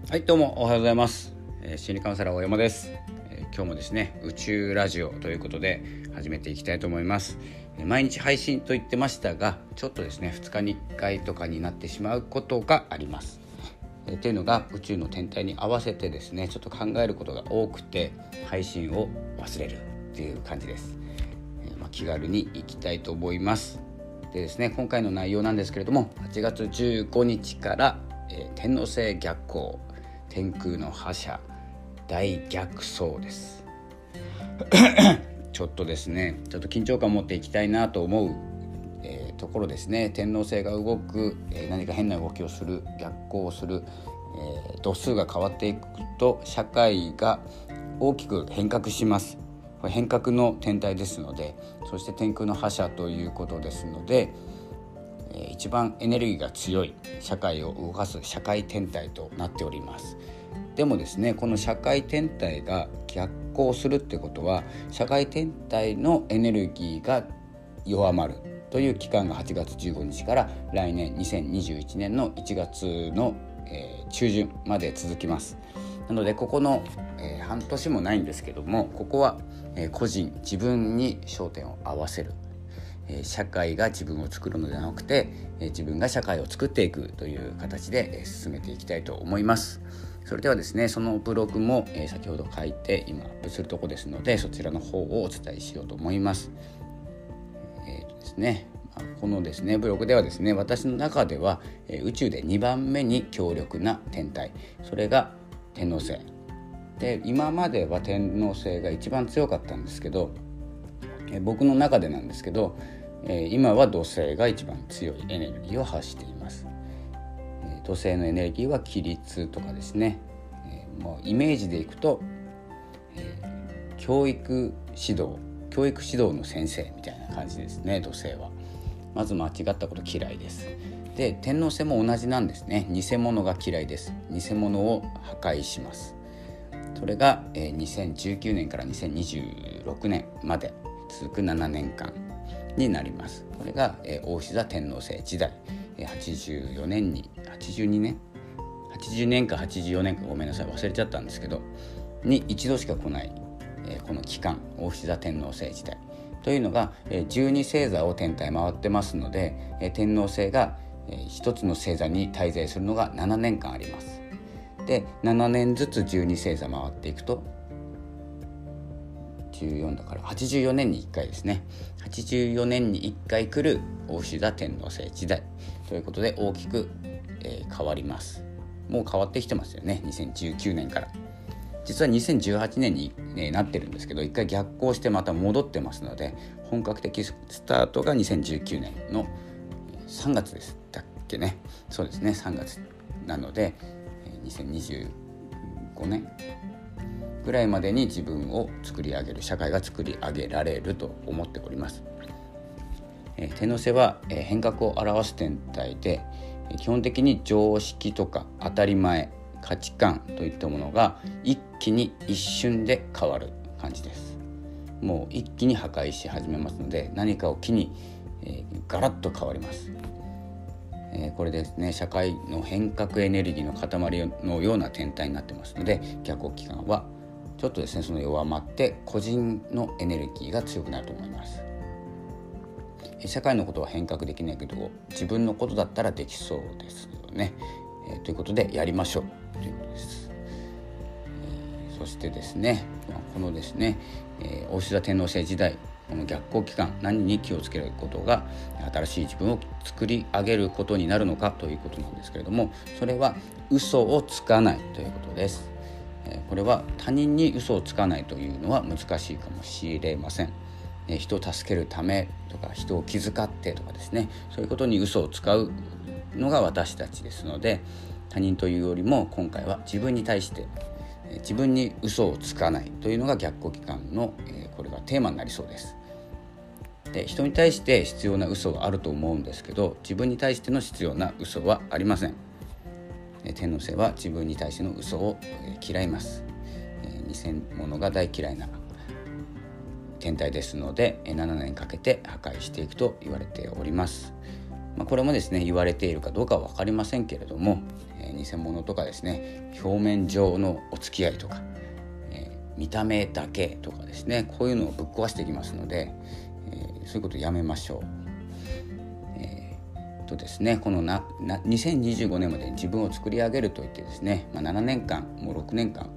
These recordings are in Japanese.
はい、どうもおはようございます。心理カウンセラー大山です。今日もですね、宇宙ラジオということで始めていきたいと思います。毎日配信と言ってましたが、ちょっとですね2日に1回とかになってしまうことがあります。というのが宇宙の天体に合わせてですね、ちょっと考えることが多くて配信を忘れるっていう感じです。気軽にいきたいと思います。でですね、今回の内容なんですけれども、8月15日から天王星逆行、天空の覇者大逆走ですちょっとですね、ちょっと緊張感を持っていきたいなと思う、ところですね。天王星が動く、何か変な動きをする、逆行をする、度数が変わっていくと社会が大きく変革します。これ変革の天体ですので、そして天空の覇者ということですので、一番エネルギーが強い社会を動かす社会天体となっております。でもですね、この社会天体が逆行するってことは、社会天体のエネルギーが弱まるという期間が8月15日から来年2021年の1月の、中旬まで続きます。なのでここの、半年もないんですけども、ここは、個人自分に焦点を合わせる、社会が自分を作るのではなくて、自分が社会を作っていくという形で、進めていきたいと思います。それではですね、そのブログも、先ほど書いて今アップするところですので、そちらの方をお伝えしようと思います。ですね、このですねブログではですね、私の中では、宇宙で2番目に強力な天体、それが天王星で、今までは天王星が一番強かったんですけど、僕の中でなんですけど、今は土星が一番強いエネルギーを発しています。土星のエネルギーは規律とかですね、もうイメージでいくと、教育指導の先生みたいな感じですね。土星はまず間違ったこと嫌いです。で、天王星も同じなんですね。偽物が嫌いです。偽物を破壊します。それが、2019年から2026年まで続く7年間になります。これが、大志座天王星時代、82年か84年か、ごめんなさい忘れちゃったんですけどに一度しか来ない、この期間、大志座天王星時代というのが、12星座を天体回ってますので、天王星が、一つの星座に滞在するのが7年間あります。で、7年ずつ12星座回っていくと14だから84年に1回ですね。84年に1回来る大志座天王星時代ということで、大きく、変わります。もう変わってきてますよね。2019年から実は2018年に、なってるんですけど、1回逆行してまた戻ってますので、本格的スタートが2019年の3月でしたっけね。そうですね、3月なので2025年ぐらいまでに自分を作り上げる、社会が作り上げられると思っております。天王星は、変革を表す天体で、基本的に常識とか当たり前、価値観といったものが一気に一瞬で変わる感じです。もう一気に破壊し始めますので、何かを機に、ガラッと変わります。これですね、社会の変革エネルギーの塊のような天体になってますので、逆行期間はちょっとですね、その弱まって個人のエネルギーが強くなると思います。社会のことは変革できないけど、自分のことだったらできそうですよね。ということでやりましょうということです。そしてですね、このですね、大志座天王星時代、この逆行期間、何に気をつけることが新しい自分を作り上げることになるのかということなんですけれども、それは嘘をつかないということです。これは他人に嘘をつかないというのは難しいかもしれません。人を助けるためとか、人を気遣ってとかですね、そういうことに嘘を使うのが私たちですので、他人というよりも今回は自分に対して自分に嘘をつかないというのが逆行期間の、これがテーマになりそうです。で、人に対して必要な嘘はあると思うんですけど、自分に対しての必要な嘘はありません。天王星は自分に対しての嘘を嫌います。偽物が大嫌いな天体ですので、7年かけて破壊していくと言われております。 これもですね、言われているかどうかは分かりませんけれども、偽物とかですね、表面上のお付き合いとか、見た目だけとかですね、こういうのをぶっ壊していきますので、そういうことをやめましょう。ですね、この2025年までに自分を作り上げるといってですね、7年間もう6年間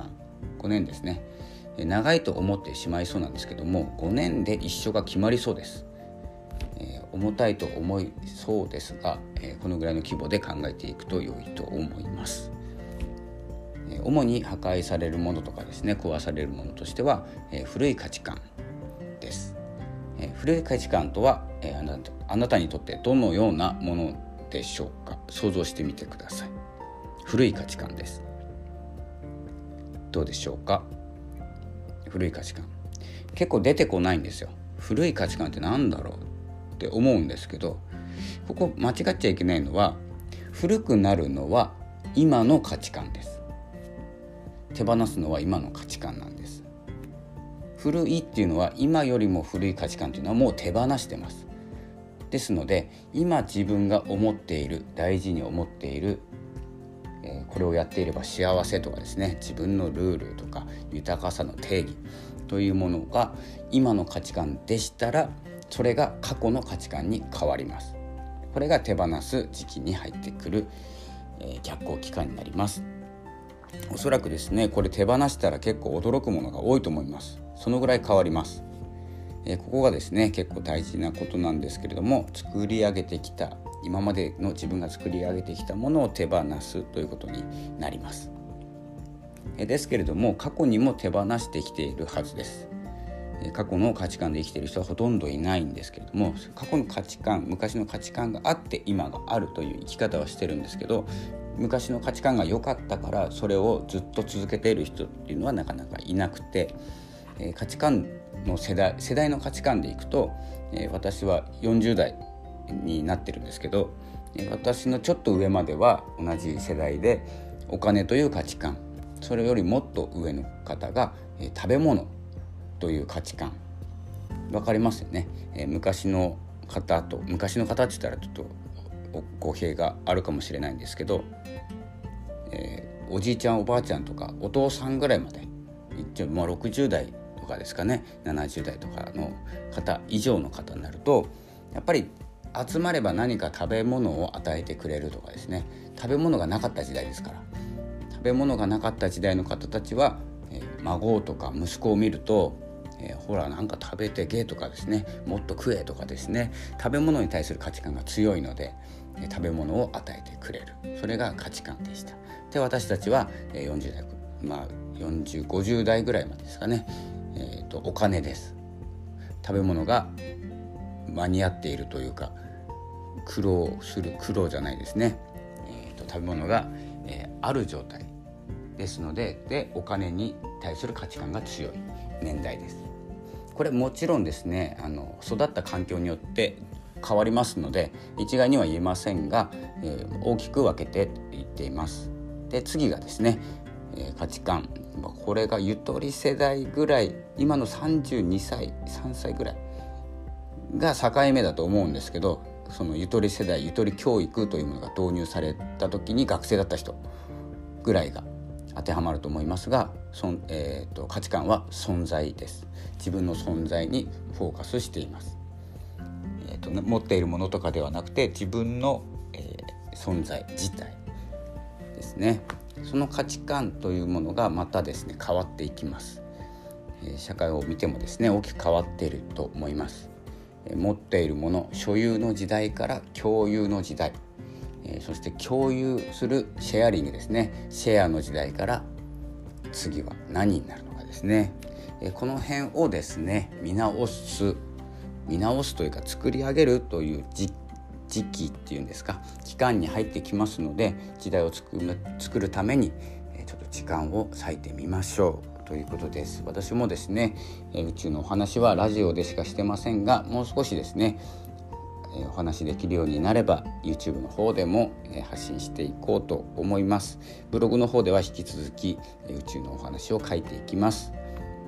5年ですね、長いと思ってしまいそうなんですけども、5年で一緒が決まりそうです。重たいと思いそうですが、このぐらいの規模で考えていくと良いと思います。主に破壊されるものとかですね、壊されるものとしては、古い価値観です。古い価値観とは、あなたにとってどのようなものでしょうか。想像してみてください。古い価値観です。どうでしょうか。古い価値観、結構出てこないんですよ。古い価値観ってなんだろうって思うんですけど、ここ間違っちゃいけないのは、古くなるのは今の価値観です。手放すのは今の価値観なんです。古いっていうのは、今よりも古い価値観っていうのはもう手放してます。ですので、今自分が思っている、大事に思っている、これをやっていれば幸せとかですね、自分のルールとか豊かさの定義というものが今の価値観でしたら、それが過去の価値観に変わります。これが手放す時期に入ってくる、逆行期間になります。おそらくですね、これ手放したら結構驚くものが多いと思います。そのぐらい変わります。ここがですね、結構大事なことなんですけれども、作り上げてきた、今までの自分が作り上げてきたものを手放すということになります。ですけれども、過去にも手放してきているはずです。過去の価値観で生きている人はほとんどいないんですけれども、過去の価値観、昔の価値観があって今があるという生き方はしてるんですけど、昔の価値観が良かったからそれをずっと続けている人っていうのはなかなかいなくて、価値観の世代の価値観でいくと、私は40代になってるんですけど、私のちょっと上までは同じ世代で、お金という価値観、それよりもっと上の方が、食べ物という価値観、分かりますよね。昔の方って言ったらちょっと語弊があるかもしれないんですけど、おじいちゃんおばあちゃんとかお父さんぐらいまで、60代とかですかね、70代とかの方以上の方になると、やっぱり集まれば何か食べ物を与えてくれるとかですね、食べ物がなかった時代ですから、食べ物がなかった時代の方たちは、孫とか息子を見ると、ほらなんか食べてけとかですね、もっと食えとかですね、食べ物に対する価値観が強いので、食べ物を与えてくれる、それが価値観でした。で、私たちは40代、40、50代ぐらいまでですかね、お金です。食べ物が間に合っているというか、苦労じゃないですね、食べ物が、ある状態ですので、お金に対する価値観が強い年代です。これもちろんですね、育った環境によって変わりますので、一概には言えませんが、大きく分けて言っています。で、次がですね、価値観、これがゆとり世代ぐらい、今の32歳3歳ぐらいが境目だと思うんですけど、そのゆとり世代、ゆとり教育というものが導入された時に学生だった人ぐらいが当てはまると思いますが、価値観は存在です。自分の存在にフォーカスしています。持っているものとかではなくて、自分の、存在自体ですね。その価値観というものがまたですね、変わっていきます。社会を見てもですね、大きく変わっていると思います。持っているもの、所有の時代から共有の時代、そして共有するシェアリングですね、シェアの時代から次は何になるのかですね、この辺をですね、見直すというか、作り上げるという時期っていうんですか、期間に入ってきますので、時代を作るためにちょっと時間を割いてみましょうということです。私もですね、宇宙のお話はラジオでしかしてませんが、もう少しですね、お話できるようになれば YouTube の方でも発信していこうと思います。ブログの方では引き続き宇宙のお話を書いていきます。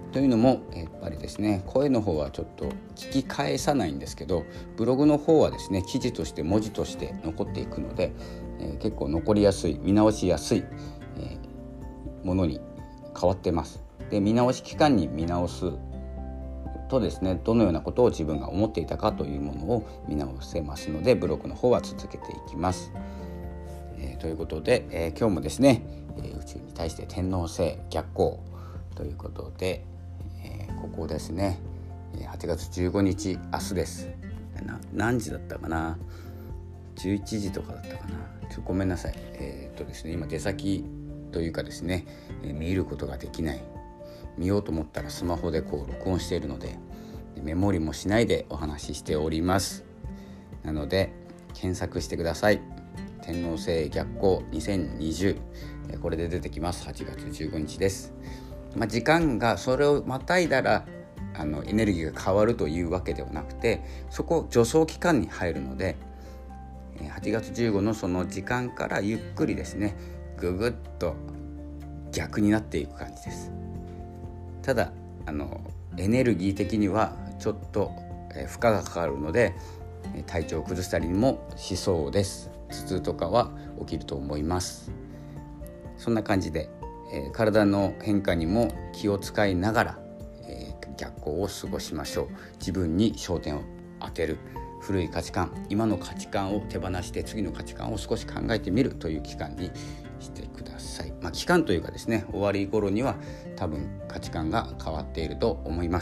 というのもやっぱりですね、声の方はちょっと聞き返さないんですけど、ブログの方はですね記事として文字として残っていくので、結構残りやすい、見直しやすい、ものに変わってます。で、見直し期間に見直すとですね、どのようなことを自分が思っていたかというものを見直せますので、ブログの方は続けていきます。ということで、今日もですね、宇宙に対して天王星逆行ということで、ここですね8月15日明日です。何時だったかな、11時とかだったかな、ごめんなさい。ですね、今出先というかですね、見ることができない、見ようと思ったらスマホでこう録音しているので、メモリもしないでお話ししております。なので検索してください。天王星逆行2020、これで出てきます。8月15日です。時間がそれをまたいだらエネルギーが変わるというわけではなくて、そこ助走期間に入るので、8月15のその時間からゆっくりですね、ぐぐっと逆になっていく感じです。ただエネルギー的にはちょっと負荷がかかるので、体調を崩したりもしそうです。頭痛とかは起きると思います。そんな感じで、体の変化にも気を使いながら、逆行を過ごしましょう。自分に焦点を当てる、古い価値観、今の価値観を手放して次の価値観を少し考えてみるという期間にしてください。期間というかですね、終わり頃には多分価値観が変わっていると思います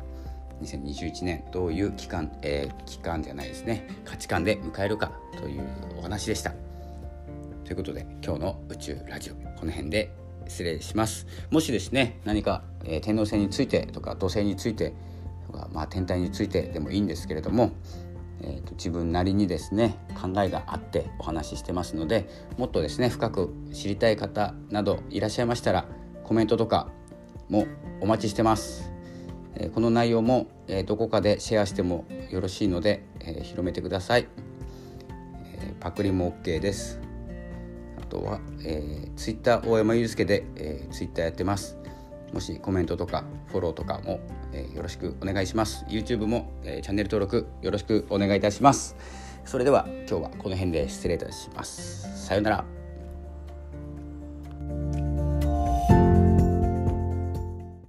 。2021年どういう期間じゃないですね、価値観で迎えるかというお話でした。ということで今日の宇宙ラジオこの辺で失礼します。もしですね何か、天王星についてとか土星についてとか、天体についてでもいいんですけれども、自分なりにですね考えがあってお話ししてますので、もっとですね深く知りたい方などいらっしゃいましたらコメントとかもお待ちしてます。この内容も、どこかでシェアしてもよろしいので、広めてください。パクリも OK です。あとは、Twitter 大山祐介で、Twitter やってます。もしコメントとかフォローとかも、よろしくお願いします。 YouTube も、チャンネル登録よろしくお願いいたします。それでは今日はこの辺で失礼いたします。さようなら。